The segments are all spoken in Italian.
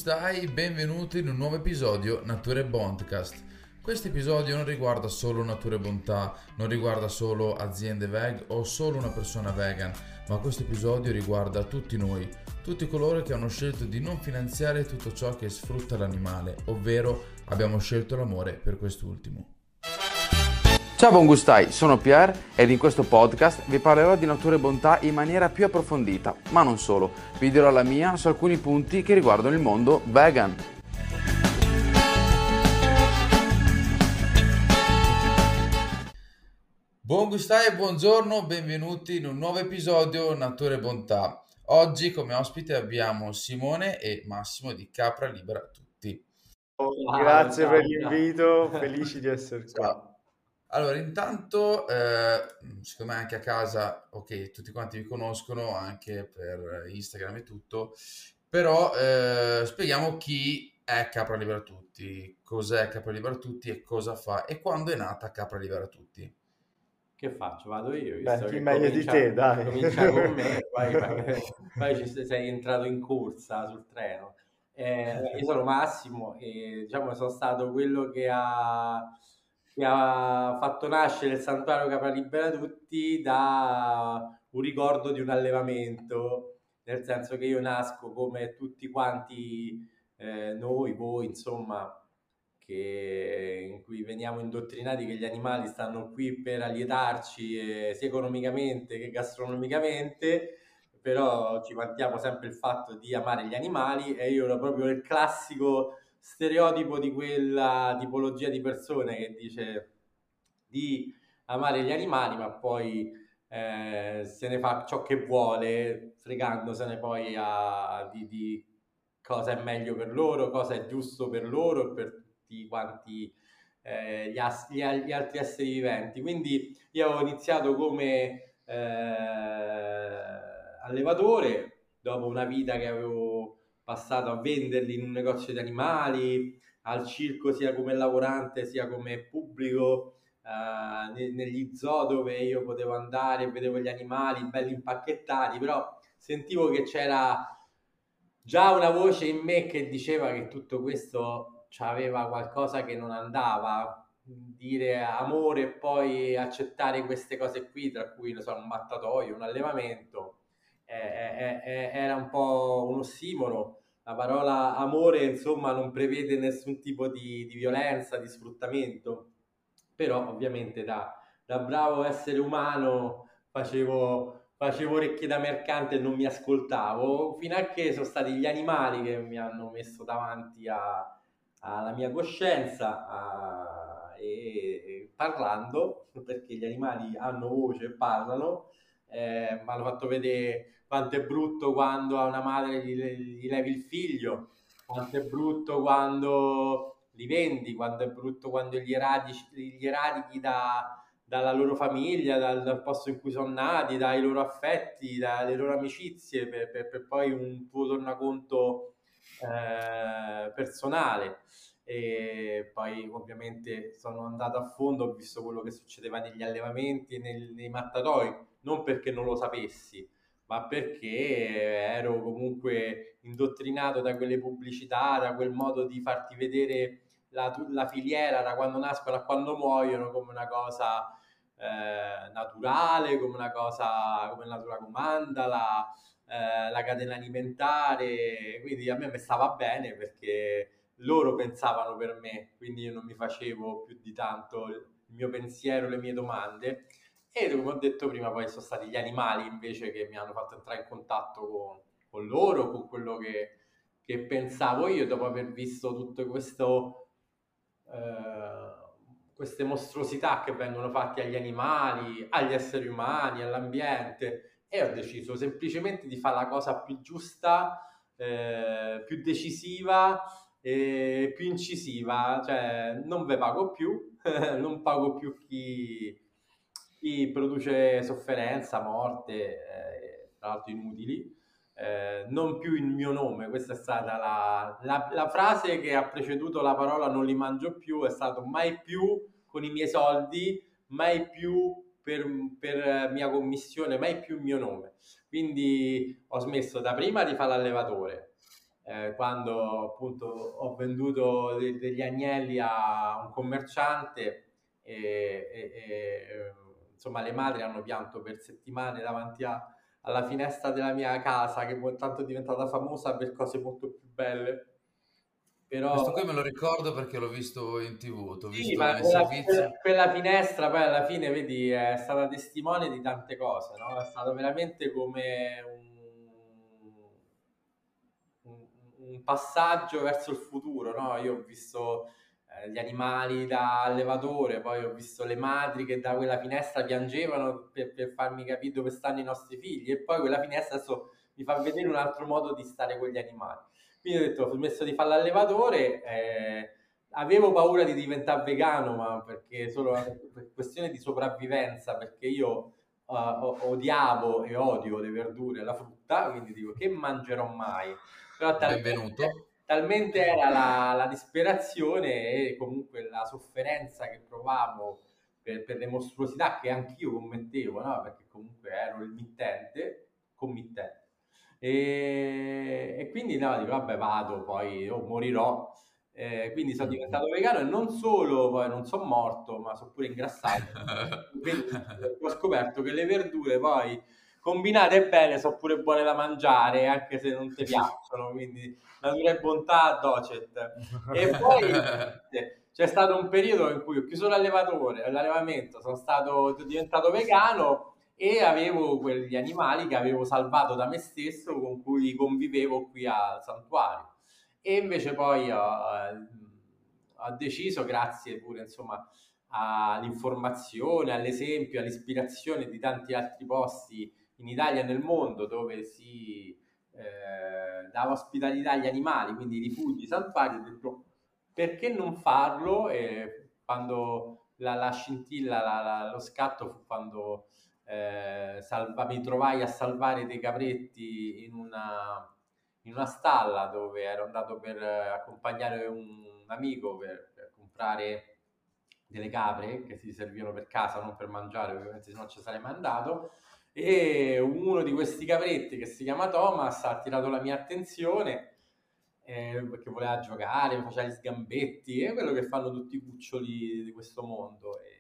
stai? Benvenuto in un nuovo episodio Natura e Bondcast. Questo episodio non riguarda solo Natura e Bontà, non riguarda solo aziende veg o solo una persona vegan, ma questo episodio riguarda tutti noi, tutti coloro che hanno scelto di non finanziare tutto ciò che sfrutta l'animale, ovvero abbiamo scelto l'amore per quest'ultimo. Ciao buon gustai, sono Pierre ed in questo podcast vi parlerò di natura e bontà in maniera più approfondita, ma non solo, vi dirò la mia su alcuni punti che riguardano il mondo vegan. Buon gustai e buongiorno, benvenuti in un nuovo episodio Natura e Bontà. Oggi come ospite abbiamo Simone e Massimo di Capra Libera Tutti. Grazie per l'invito, felici di essere qua. Ciao. Allora, intanto, secondo me anche a casa, ok, tutti quanti vi conoscono anche per Instagram e tutto, però spieghiamo chi è Capra Libera Tutti, cos'è Capra Libera Tutti e cosa fa e quando è nata Capra Libera Tutti. Che faccio? Vado io? Beh, chi meglio di te, dai. Comincia con me, poi ci sei entrato in corsa sul treno. Io sono Massimo e diciamo sono stato quello che ha fatto nascere il santuario Capra Libera Tutti da un ricordo di un allevamento, nel senso che io nasco come tutti quanti noi, voi, insomma, in cui veniamo indottrinati che gli animali stanno qui per allietarci sia economicamente che gastronomicamente, però ci vantiamo sempre il fatto di amare gli animali e io ero proprio il classico stereotipo di quella tipologia di persone che dice di amare gli animali ma poi se ne fa ciò che vuole, fregandosene poi di cosa è meglio per loro, cosa è giusto per loro e per tutti quanti gli altri esseri viventi. Quindi io avevo iniziato come allevatore, dopo una vita che avevo passato a venderli in un negozio di animali, al circo sia come lavorante sia come pubblico, negli zoo dove io potevo andare e vedevo gli animali belli impacchettati, però sentivo che c'era già una voce in me che diceva che tutto questo aveva qualcosa che non andava. Dire amore e poi accettare queste cose qui, tra cui ne so, un mattatoio, un allevamento, era un po' un ossimoro. La parola amore, insomma, non prevede nessun tipo di violenza, di sfruttamento, però ovviamente da bravo essere umano facevo orecchie da mercante e non mi ascoltavo, fino a che sono stati gli animali che mi hanno messo davanti alla mia coscienza, e parlando, perché gli animali hanno voce e parlano, mi hanno fatto vedere quanto è brutto quando a una madre gli levi il figlio, quanto è brutto quando li vendi, quanto è brutto quando gli eradichi dalla loro famiglia, dal posto in cui sono nati, dai loro affetti, dalle loro amicizie, per poi un tuo tornaconto personale. E poi ovviamente sono andato a fondo, ho visto quello che succedeva negli allevamenti e nei mattatoi, non perché non lo sapessi, ma perché ero comunque indottrinato da quelle pubblicità, da quel modo di farti vedere la filiera da quando nascono a quando muoiono come una cosa naturale, come una cosa come la natura comanda, la catena alimentare. Quindi a me mi stava bene perché loro pensavano per me, quindi io non mi facevo più di tanto il mio pensiero, le mie domande. E come ho detto prima, poi sono stati gli animali invece che mi hanno fatto entrare in contatto con loro, con quello che pensavo io dopo aver visto tutto questo, queste mostruosità che vengono fatte agli animali, agli esseri umani, all'ambiente, e ho deciso semplicemente di fare la cosa più giusta, più decisiva e più incisiva, cioè non ve pago più, non pago più chi produce sofferenza, morte, tra l'altro inutili, non più il mio nome. Questa è stata la frase che ha preceduto la parola non li mangio più, è stato mai più con i miei soldi, mai più per mia commissione, mai più il mio nome. Quindi ho smesso da prima di fare l'allevatore, quando appunto ho venduto degli agnelli a un commerciante insomma le madri hanno pianto per settimane davanti alla finestra della mia casa, che tanto è diventata famosa per cose molto più belle. Però Questo qui me lo ricordo perché l'ho visto in TV, t'ho sì, visto ma nei servizi. quella finestra poi alla fine, vedi, è stata testimone di tante cose, no? È stato veramente come un, un passaggio verso il futuro, no? Io ho visto gli animali da allevatore, poi ho visto le madri che da quella finestra piangevano per farmi capire dove stanno i nostri figli, e poi quella finestra adesso mi fa vedere un altro modo di stare con gli animali. Quindi ho detto, ho smesso di fare l'allevatore, avevo paura di diventare vegano, ma perché solo per questione di sopravvivenza, perché io odiavo e odio le verdure e la frutta, quindi dico che mangerò mai? Però Benvenuto. talmente era la disperazione e comunque la sofferenza che provavo per le mostruosità che anch'io commettevo, no? Perché comunque ero il committente. E quindi no, dico vabbè vado, poi morirò. Quindi sono diventato vegano e non solo, poi non sono morto, ma sono pure ingrassato. Quindi ho scoperto che le verdure poi combinate bene sono pure buone da mangiare, anche se non ti piacciono, quindi natura e bontà docet. E poi c'è stato un periodo in cui ho chiuso l'allevamento, sono diventato vegano e avevo quegli animali che avevo salvato da me stesso, con cui convivevo qui al santuario. E invece poi ho deciso, grazie pure insomma all'informazione, all'esempio, all'ispirazione di tanti altri posti in Italia e nel mondo dove si dava ospitalità agli animali, quindi rifugi, santuari, ho detto perché non farlo? E quando la scintilla, lo scatto fu quando mi trovai a salvare dei capretti in una stalla dove ero andato per accompagnare un amico per comprare delle capre che si servivano per casa, non per mangiare, ovviamente, se no ci sarei mandato. E uno di questi capretti, che si chiama Thomas, ha attirato la mia attenzione perché voleva giocare, mi faceva gli sgambetti, è quello che fanno tutti i cuccioli di questo mondo. E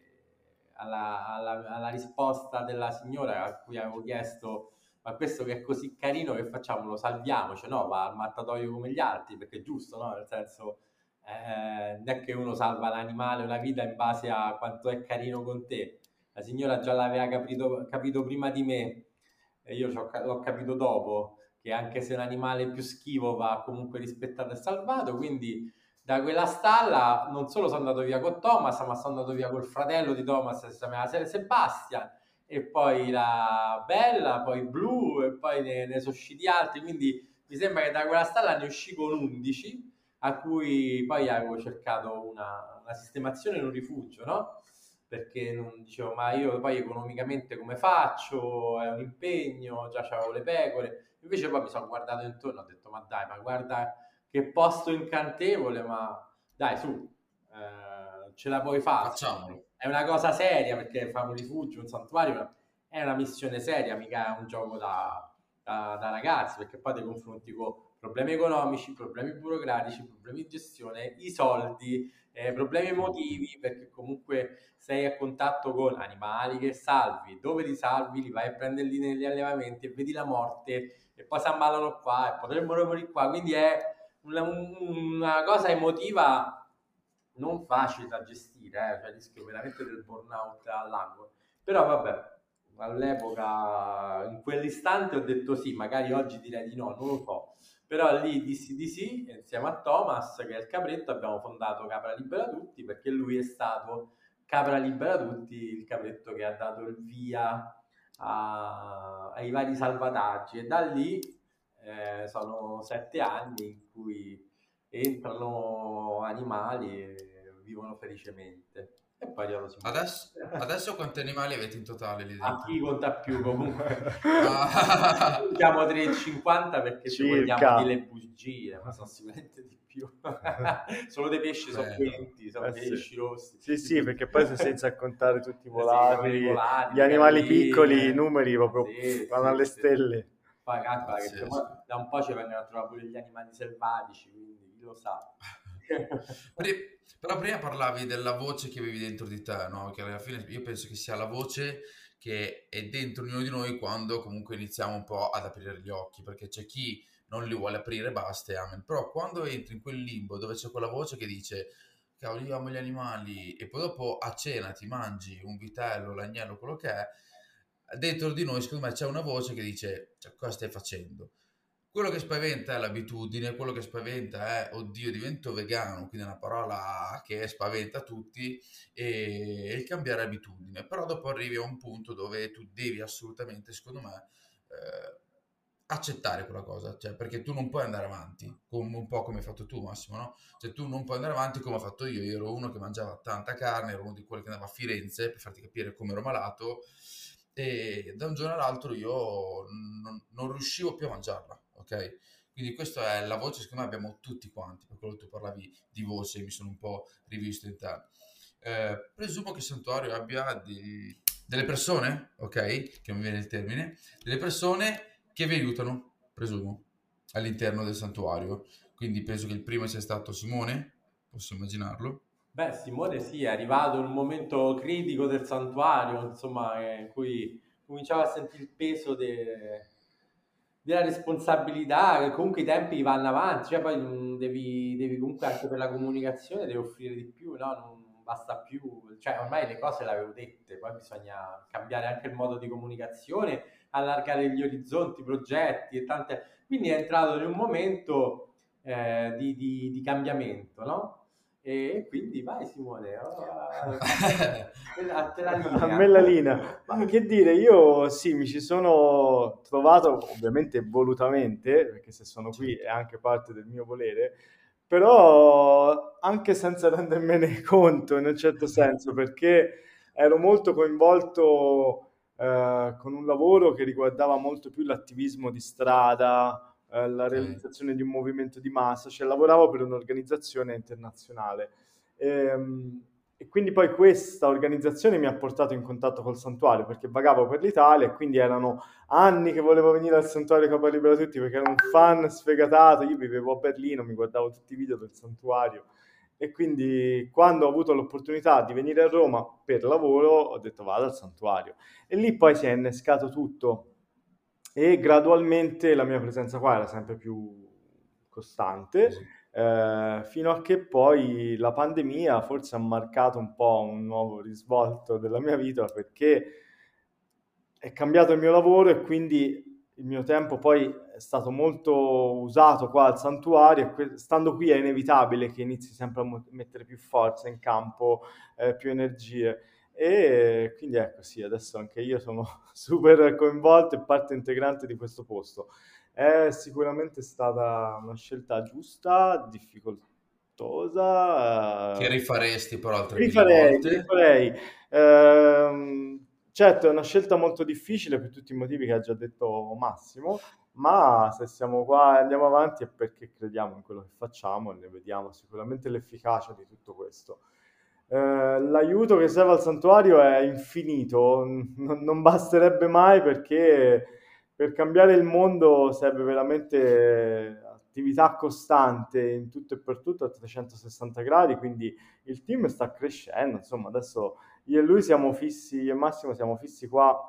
alla risposta della signora a cui avevo chiesto: ma questo che è così carino, che facciamo? Lo salviamo? Cioè no, va al mattatoio come gli altri, perché è giusto, no? Nel senso, non è che uno salva l'animale o la vita in base a quanto è carino con te. La signora già l'aveva capito prima di me e io l'ho capito dopo, che anche se un animale più schivo va comunque rispettato e salvato. Quindi da quella stalla non solo sono andato via con Thomas, ma sono andato via col fratello di Thomas, che si chiamava Sebastian, e poi la Bella, poi Blu, e poi ne sono usciti altri. Quindi mi sembra che da quella stalla ne uscì con 11, a cui poi avevo cercato una sistemazione in un rifugio, no? Perché non dicevo, ma io poi economicamente come faccio? È un impegno, già c'avevo le pecore. Invece poi mi sono guardato intorno e ho detto, ma dai, ma guarda che posto incantevole, ma dai, su, ce la puoi fare. Facciamolo. È una cosa seria, perché fare un rifugio, un santuario, è una missione seria, mica è un gioco da ragazzi, perché poi ti confronti con problemi economici, problemi burocratici, problemi di gestione, i soldi, problemi emotivi, perché comunque sei a contatto con animali che salvi, dove li salvi, li vai a prenderli negli allevamenti e vedi la morte, e poi si ammalano qua e potrebbero morire qua, quindi è una cosa emotiva non facile da gestire, cioè rischio veramente del burnout all'angolo. Però vabbè, all'epoca, in quell'istante ho detto sì, magari oggi direi di no, non lo so. Però lì dissi di sì, e insieme a Thomas, che è il capretto, abbiamo fondato Capra Libera Tutti, perché lui è stato Capra Libera Tutti, il capretto che ha dato il via ai vari salvataggi. E da lì sono 7 anni in cui entrano animali e vivono felicemente. E poi loro si muovono. Adesso quanti animali avete in totale lì A dentro? chi conta più comunque? Ah. Siamo 3,50 perché ci vogliamo Circa. dire le bugie, ma sono sicuramente di più. Solo dei pesci sono Bello. 20, sono Sì. pesci rossi. Sì, sì, perché poi senza contare tutti i Sì, volatili, i volatili, gli animali galline. piccoli, i numeri proprio Sì, vanno sì, alle sì. stelle. Poi calcola che Pazzesco. da un po' ci vengono a trovare pure gli animali selvatici, quindi chi lo sa. Però prima parlavi della voce che avevi dentro di te, no? Che alla fine io penso che sia la voce che è dentro ognuno di noi quando comunque iniziamo un po' ad aprire gli occhi, perché c'è chi non li vuole aprire, basta e amen. Però quando entri in quel limbo dove c'è quella voce che dice cavolo, io amo gli animali, e poi dopo a cena ti mangi un vitello, l'agnello, quello che è, dentro di noi secondo me c'è una voce che dice cioè, cosa stai facendo? Quello che spaventa è l'abitudine, quello che spaventa è oddio divento vegano, quindi è una parola che spaventa tutti, e il cambiare abitudine. Però dopo arrivi a un punto dove tu devi assolutamente, secondo me, accettare quella cosa, cioè perché tu non puoi andare avanti, come un po' come hai fatto tu Massimo, no? Cioè tu non puoi andare avanti come ho fatto io ero uno che mangiava tanta carne, ero uno di quelli che andava a Firenze, per farti capire come ero malato, e da un giorno all'altro io non riuscivo più a mangiarla, ok? Quindi questa è la voce, secondo me abbiamo tutti quanti, per quello che tu parlavi di voce, mi sono un po' rivisto in te. Presumo che il santuario abbia delle persone, ok? Che non mi viene il termine, delle persone che vi aiutano, presumo, all'interno del santuario. Quindi penso che il primo sia stato Simone, posso immaginarlo. Beh, Simone sì, è arrivato il momento critico del santuario, insomma, in cui cominciava a sentire il peso della responsabilità, che comunque i tempi vanno avanti, cioè poi devi comunque anche per la comunicazione devi offrire di più, no? Non basta più, cioè ormai le cose le avevo dette, poi bisogna cambiare anche il modo di comunicazione, allargare gli orizzonti, progetti e tante... Quindi è entrato in un momento di cambiamento, no? E quindi vai Simone, a te la A linea. me la linea. Ma che dire, io sì, mi ci sono trovato, ovviamente volutamente, perché se sono qui è Certo. anche parte del mio volere, però anche senza rendermene conto in un certo senso, perché ero molto coinvolto con un lavoro che riguardava molto più l'attivismo di strada, la Ok. realizzazione di un movimento di massa, cioè lavoravo per un'organizzazione internazionale. Ehm, E quindi poi questa organizzazione mi ha portato in contatto col santuario perché vagavo per l'Italia e quindi erano anni che volevo venire al santuario Capa Libera Tutti perché ero un fan sfegatato. Io vivevo a Berlino, mi guardavo tutti i video del santuario e quindi quando ho avuto l'opportunità di venire a Roma per lavoro ho detto vado al santuario e lì poi si è innescato tutto e gradualmente la mia presenza qua era sempre più Sì, costante, sì. fino a che poi la pandemia forse ha marcato un po' un nuovo risvolto della mia vita perché è cambiato il mio lavoro e quindi il mio tempo poi è stato molto usato qua al santuario e stando qui è inevitabile che inizi sempre a mettere più forza in campo, più energie. E quindi ecco, sì, adesso anche io sono super coinvolto e parte integrante di questo posto. È sicuramente stata una scelta giusta, Che difficoltosa. rifaresti però altre mille Rifarei, volte. rifarei. Certo, è una scelta molto difficile per tutti i motivi che ha già detto Massimo, ma se siamo qua e andiamo avanti è perché crediamo in quello che facciamo e ne vediamo sicuramente l'efficacia di tutto questo. L'aiuto che serve al santuario è infinito, non basterebbe mai perché per cambiare il mondo serve veramente attività costante in tutto e per tutto a 360 gradi, quindi il team sta crescendo, insomma, adesso io e lui siamo fissi, io e Massimo siamo fissi qua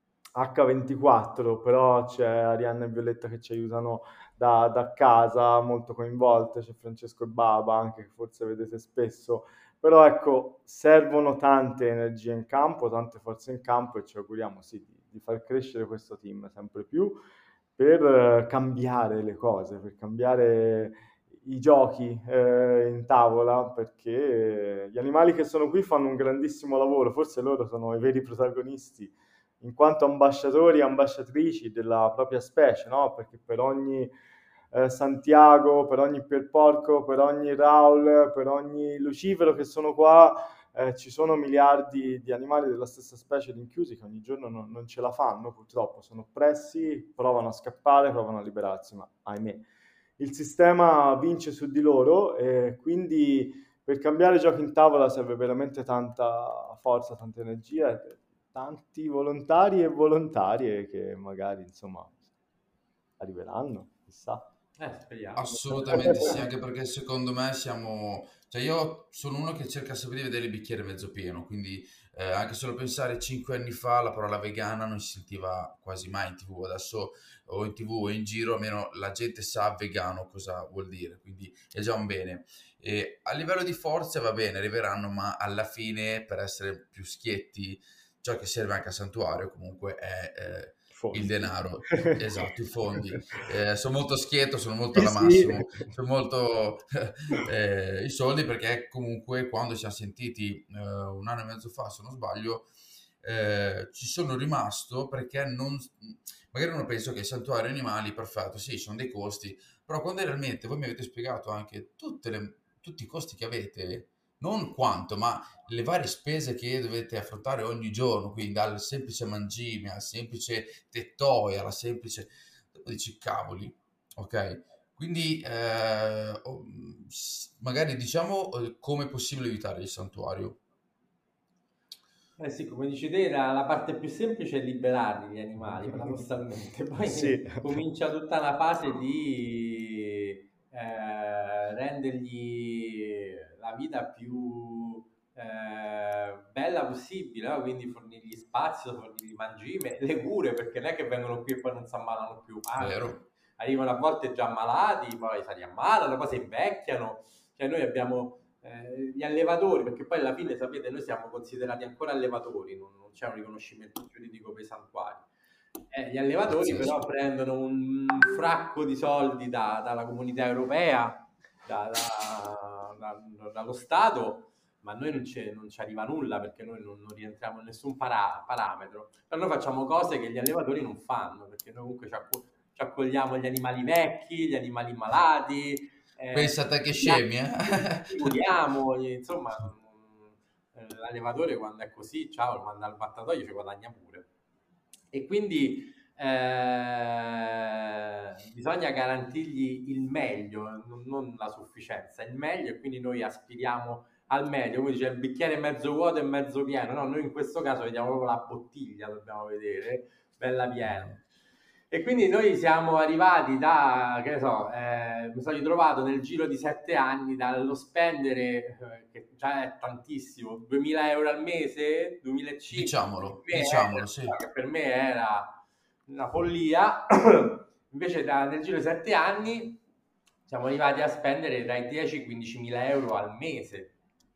H24, però c'è Arianna e Violetta che ci aiutano da casa, molto coinvolte, c'è Francesco e Baba anche che forse vedete spesso, però ecco, servono tante energie in campo, tante forze in campo e ci auguriamo sì, di far crescere questo team sempre più per cambiare le cose, per cambiare i giochi in tavola, perché gli animali che sono qui fanno un grandissimo lavoro, forse loro sono i veri protagonisti, in quanto ambasciatori e ambasciatrici della propria specie, no? Perché per ogni Santiago, per ogni Pierporco, per ogni Raul, per ogni Lucifero che sono qua, ci sono miliardi di animali della stessa specie rinchiusi che ogni giorno non ce la fanno, purtroppo, sono oppressi, provano a scappare, provano a liberarsi, ma ahimè. Il sistema vince su di loro e quindi per cambiare giochi in tavola serve veramente tanta forza, tanta energia, e tanti volontari e volontarie che magari, insomma, arriveranno, chissà. Speriamo. Assolutamente sì, anche perché secondo me siamo, cioè io sono uno che cerca sempre di vedere il bicchiere mezzo pieno, quindi anche solo pensare 5 anni fa la parola vegana non si sentiva quasi mai in TV, adesso o in TV o in giro almeno la gente sa vegano cosa vuol dire, quindi è già un bene. E a livello di forze va bene, arriveranno, ma alla fine per essere più schietti, ciò che serve anche a Santuario comunque è il Fondi. denaro, esatto, i fondi. Sono molto schietto, sono molto Sì, alla sì. Massimo, sono molto i soldi perché comunque quando ci siamo sentiti 1 anno e mezzo fa, se non sbaglio, ci sono rimasto perché non, magari uno pensa che il santuario animali, perfetto, sì, sono dei costi, però quando realmente voi mi avete spiegato anche tutti i costi che avete, non quanto, ma le varie spese che dovete affrontare ogni giorno, quindi dal semplice mangime al semplice tettoia, alla semplice... Dopo dici cavoli, ok? Quindi magari diciamo come è possibile evitare il santuario. Eh sì, come dici te, la parte più semplice è liberarli gli animali, paradossalmente. Sì. Poi comincia tutta la fase di rendergli la vita più bella possibile, no? Quindi fornirgli spazio, fornirgli mangime, le cure, perché non è che vengono qui e poi non si ammalano più, anzi, Vero? arrivano a volte già ammalati, poi si riammalano, poi si invecchiano. Cioè noi abbiamo gli allevatori, perché poi alla fine sapete noi siamo considerati ancora allevatori, non c'è un riconoscimento giuridico per i santuari. Gli allevatori però Pazzesco. prendono un fracco di soldi dalla comunità europea, da- dallo Stato, ma a noi non ci arriva nulla perché noi non rientriamo in nessun parametro. Però noi facciamo cose che gli allevatori non fanno, perché noi comunque ci accogliamo gli animali vecchi, gli animali malati, Pensa a te che scemi, li curiamo, insomma, l'allevatore quando è così, ciao, lo manda al battatoio, ci guadagna pure. E quindi bisogna garantirgli il meglio, non la sufficienza, il meglio, e quindi noi aspiriamo al meglio. Come dice il bicchiere è mezzo vuoto e mezzo pieno, no, noi in questo caso vediamo proprio la bottiglia, dobbiamo vedere, bella piena. E quindi noi siamo arrivati che ne so, mi sono ritrovato nel giro di 7 anni dallo spendere, che già è tantissimo, 2000 euro al mese, 2005, Diciamolo, sì. che per me era una follia. Invece nel giro di 7 anni siamo arrivati a spendere dai 10 ai 15 mila euro al mese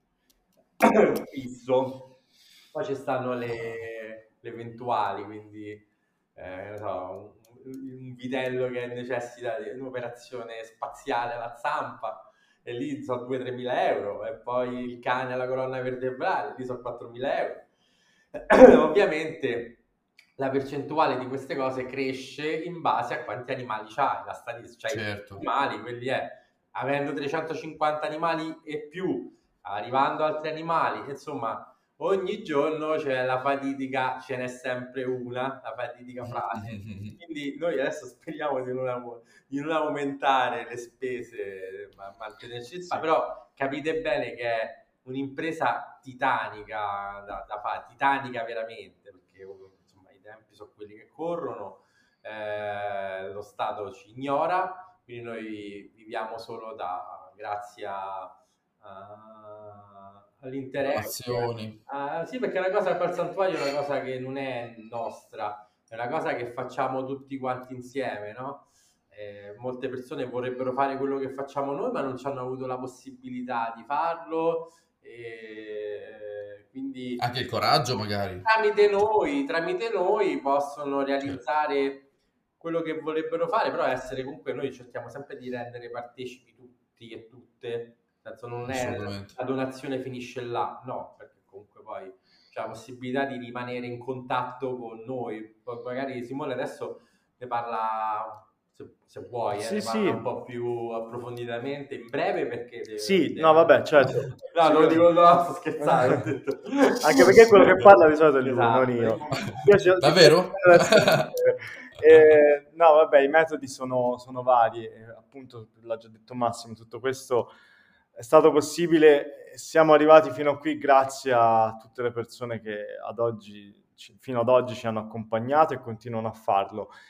fisso. Poi ci stanno le eventuali, quindi non so, un vitello che necessita di un'operazione spaziale alla zampa, e lì sono 2-3 mila euro, e poi il cane alla colonna vertebrale, lì sono 4 mila euro. Ovviamente la percentuale di queste cose cresce in base a quanti animali c'hai, la statistica, cioè Certo. i animali, quelli avendo 350 animali e più, arrivando altri animali, insomma, ogni giorno c'è la fatidica, ce n'è sempre una, la fatidica frase. Quindi noi adesso speriamo di non aumentare le spese, ma mantenerci il però capite bene che è un'impresa titanica da fare, titanica veramente, perché insomma i tempi sono quelli che corrono, lo Stato ci ignora, quindi noi viviamo solo grazie all'interesse. Azioni. Sì, perché la cosa per il santuario è una cosa che non è nostra, è una cosa che facciamo tutti quanti insieme, no? Molte persone vorrebbero fare quello che facciamo noi, ma non ci hanno avuto la possibilità di farlo. Quindi Anche il coraggio magari. tramite noi possono Certo. realizzare quello che vorrebbero fare, però essere comunque, noi cerchiamo sempre di rendere partecipi tutti e tutte, nel senso non è Assolutamente. la donazione finisce là, no, perché comunque poi c'è la possibilità di rimanere in contatto con noi. Poi magari Simone adesso ne parla, se vuoi, Sì, ne parla sì. un po' più approfonditamente in breve, perché Sì, no, vabbè, certo. no, non lo dico, no, sto scherzando. Ho detto. Anche perché quello che parla di solito è lui, Esatto. non io. Davvero? No, vabbè, i metodi sono vari, appunto l'ha già detto Massimo, tutto questo è stato possibile, siamo arrivati fino a qui grazie a tutte le persone che fino ad oggi ci hanno accompagnato e continuano a farlo.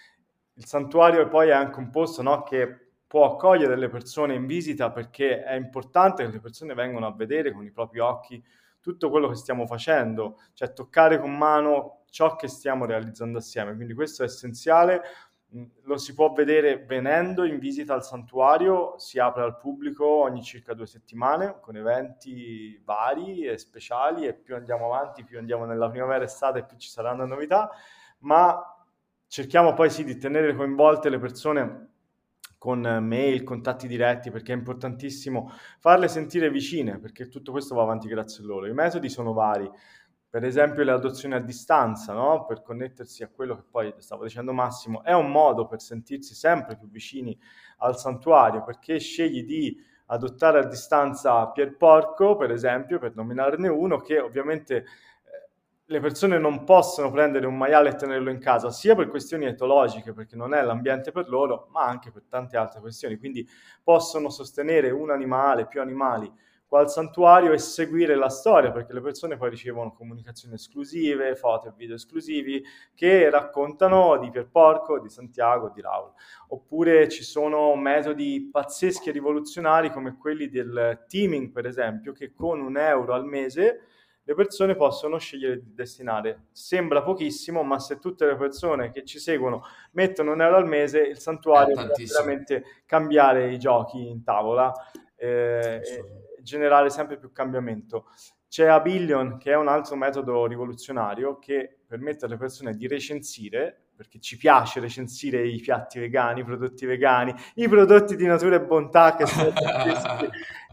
il santuario poi è anche un posto, no, che può accogliere le persone in visita, perché è importante che le persone vengano a vedere con i propri occhi tutto quello che stiamo facendo, cioè toccare con mano ciò che stiamo realizzando assieme. Quindi questo è essenziale. Lo si può vedere venendo in visita al santuario, si apre al pubblico ogni circa 2 settimane con eventi vari e speciali, e più andiamo avanti, più andiamo nella primavera estate, più ci saranno novità, ma cerchiamo poi sì di tenere coinvolte le persone con mail, contatti diretti, perché è importantissimo farle sentire vicine, perché tutto questo va avanti grazie a loro. I metodi sono vari, per esempio le adozioni a distanza, no? Per connettersi a quello che poi stavo dicendo Massimo, è un modo per sentirsi sempre più vicini al santuario, perché scegli di adottare a distanza Pierporco, per esempio, per nominarne uno, che ovviamente le persone non possono prendere un maiale e tenerlo in casa, sia per questioni etologiche, perché non è l'ambiente per loro, ma anche per tante altre questioni. Quindi possono sostenere un animale, più animali, qua al santuario, e seguire la storia, perché le persone poi ricevono comunicazioni esclusive, foto e video esclusivi che raccontano di Pierporco, di Santiago, di Raul. Oppure ci sono metodi pazzeschi e rivoluzionari come quelli del teaming, per esempio, che con €1 al mese le persone possono scegliere di destinare. Sembra pochissimo, ma se tutte le persone che ci seguono mettono €1 al mese, il È santuario può tantissimo, veramente cambiare i giochi in tavola, assolutamente. e generare sempre più cambiamento. C'è Abillion, che è un altro metodo rivoluzionario che permette alle persone di recensire, perché ci piace recensire i piatti vegani, i prodotti vegani, i prodotti di natura e bontà, che sono tantissimi,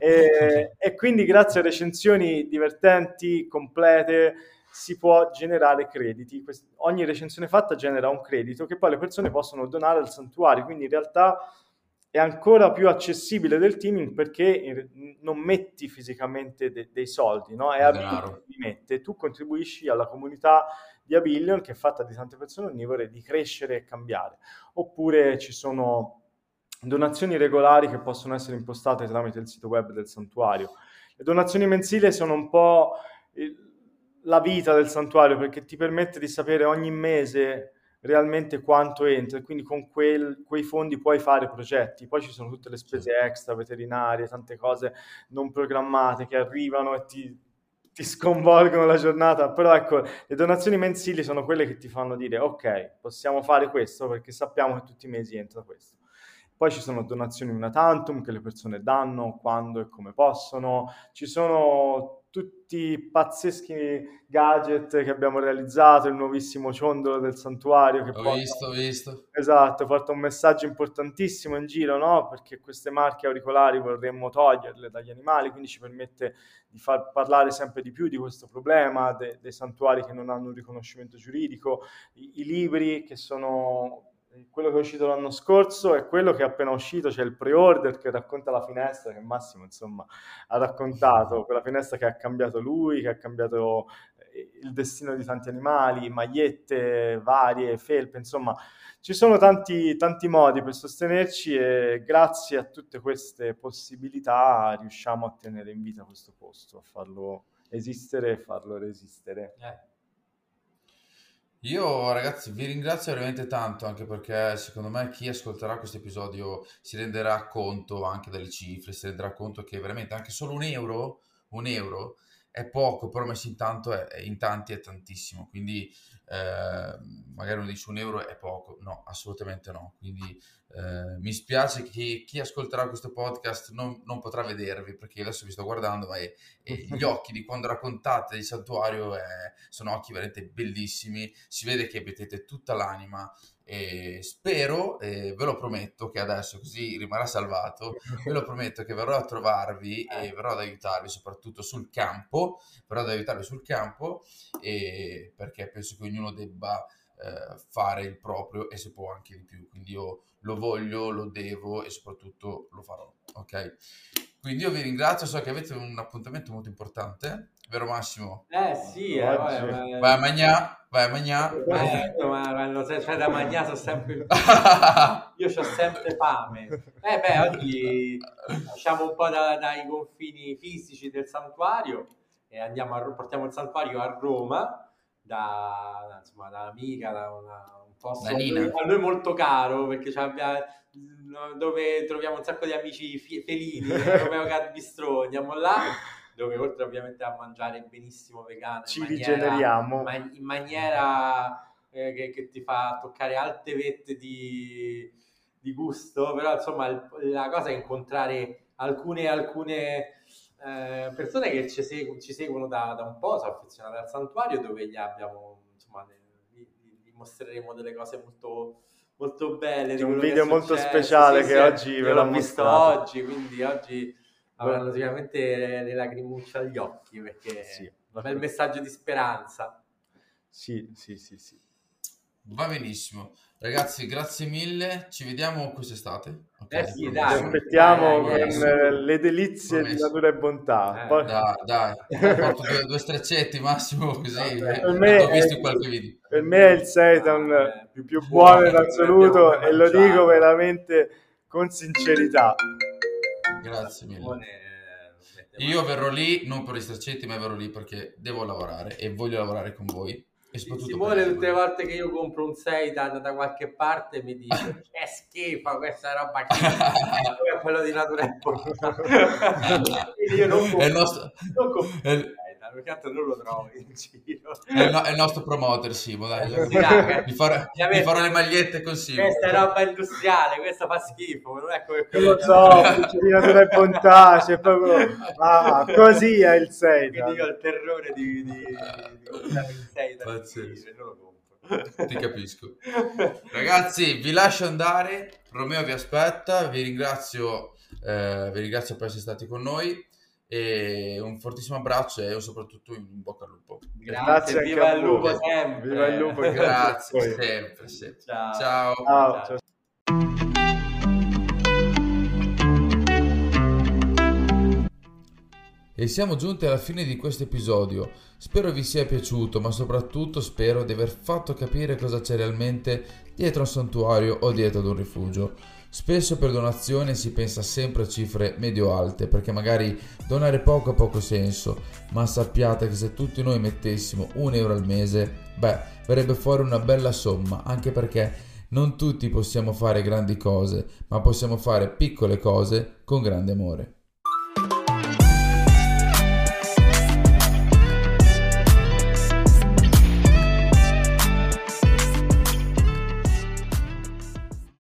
e quindi grazie a recensioni divertenti, complete, si può generare crediti. Ogni recensione fatta genera un credito che poi le persone possono donare al santuario, quindi in realtà è ancora più accessibile del teaming, perché non metti fisicamente dei soldi, no? È Il Abillion denaro. che li mette, tu contribuisci alla comunità di Abillion, che è fatta di tante persone onnivore, di crescere e cambiare. Oppure ci sono donazioni regolari che possono essere impostate tramite il sito web del santuario. Le donazioni mensili sono un po' la vita del santuario, perché ti permette di sapere ogni mese realmente quanto entra, e quindi con quei fondi puoi fare progetti. Poi ci sono tutte le Sì. spese extra, veterinarie, tante cose non programmate che arrivano e ti sconvolgono la giornata. Però ecco, le donazioni mensili sono quelle che ti fanno dire ok, possiamo fare questo perché sappiamo che tutti i mesi entra questo. Poi ci sono donazioni una tantum che le persone danno quando e come possono. Ci sono tutti i pazzeschi gadget che abbiamo realizzato, il nuovissimo ciondolo del santuario che Ho porta, visto, ho visto. esatto, porta un messaggio importantissimo in giro, no? Perché queste marche auricolari vorremmo toglierle dagli animali, quindi ci permette di far parlare sempre di più di questo problema dei santuari che non hanno un riconoscimento giuridico. I libri che sono quello che è uscito l'anno scorso e quello che è appena uscito, c'è il pre-order che racconta la finestra che Massimo insomma ha raccontato, quella finestra che ha cambiato lui, che ha cambiato il destino di tanti animali, magliette varie, felpe, insomma ci sono tanti modi per sostenerci, e grazie a tutte queste possibilità riusciamo a tenere in vita questo posto, a farlo esistere e farlo resistere. Io ragazzi vi ringrazio veramente tanto, anche perché secondo me chi ascolterà questo episodio si renderà conto anche delle cifre, si renderà conto che veramente anche solo un euro è poco, però messo in tanto in tanti è tantissimo. Quindi magari uno dice un euro è poco, no, assolutamente no. Quindi mi spiace che chi ascolterà questo podcast non potrà vedervi, perché adesso vi sto guardando, ma gli occhi di quando raccontate il santuario sono occhi veramente bellissimi, si vede che mettete tutta l'anima, e spero, ve lo prometto, che adesso così rimarrà salvato, ve lo prometto che verrò a trovarvi e verrò ad aiutarvi soprattutto sul campo, perché penso che ognuno debba fare il proprio, e se può anche di più. Quindi io lo voglio, lo devo e soprattutto lo farò, ok? Quindi io vi ringrazio, so che avete un appuntamento molto importante, vero Massimo? Sì, Oggi. Vai a mangià, vai a mangià. ma quando c'è da mangiare sono sempre io ho sempre fame. Oggi usciamo un po' dai confini fisici del santuario e portiamo il santuario a Roma insomma, da un'amica, da un posto Danina. a noi molto caro, perché dove troviamo un sacco di amici felini, Romeo Cat Bistro, andiamo là, dove oltre ovviamente a mangiare benissimo vegano, Ci rigeneriamo. in maniera che ti fa toccare alte vette di gusto, però insomma la cosa è incontrare alcune persone che ci seguono da un po', sono affezionate al santuario, dove gli abbiamo, insomma, gli mostreremo delle cose molto, molto belle. C'è un video molto speciale che oggi ve l'ho visto mostrato. oggi, quindi oggi avranno sicuramente le lacrimucce agli occhi, perché è un bel messaggio di speranza. Sì. Va benissimo. Ragazzi, grazie mille. Ci vediamo quest'estate. Okay, Sì, Ci dai. aspettiamo Dai, con le delizie di Promesso. Natura e Bontà. Poi- Dai, porto due straccetti massimo, così. Per me L'ho visto è- in qualche video. Per me è il seitan più più buono buono in che assoluto abbiamo e lo mangiato. dico veramente con sincerità. Grazie mille. Simone, Io verrò lì non per i straccetti, ma verrò lì perché devo lavorare e voglio lavorare con voi. E soprattutto Simone, per tutte le volte che io compro un seitan da qualche parte mi dice che schifo questa roba qui, è quello di Natura e Bontà. Quindi io non compro, È il nostro- non compro è il- seitan, perché tanto non lo trovo in giro. è il nostro promoter, Simo, dai. Sì, dai, Vi farò le magliette con Simo. questa è roba industriale, questa fa schifo, non è come Non lo so, di Natura e Bontà, c'è proprio... così è il quindi seitan. io ho il terrore di comprare il seitan, Pazzesco. non lo compro. Ti capisco. Ragazzi, vi lascio andare. Romeo vi aspetta. Vi ringrazio per essere stati con noi. E un fortissimo abbraccio e soprattutto in bocca al lupo. Grazie anche viva a il lupo voi. sempre. Viva il lupo e Grazie, a voi. sempre. Ciao. Ciao. Ciao. E siamo giunti alla fine di questo episodio. Spero vi sia piaciuto, ma soprattutto spero di aver fatto capire cosa c'è realmente dietro a un santuario o dietro ad un rifugio. Spesso per donazione si pensa sempre a cifre medio-alte, perché magari donare poco ha poco senso, ma sappiate che se tutti noi mettessimo €1 al mese, verrebbe fuori una bella somma, anche perché non tutti possiamo fare grandi cose, ma possiamo fare piccole cose con grande amore.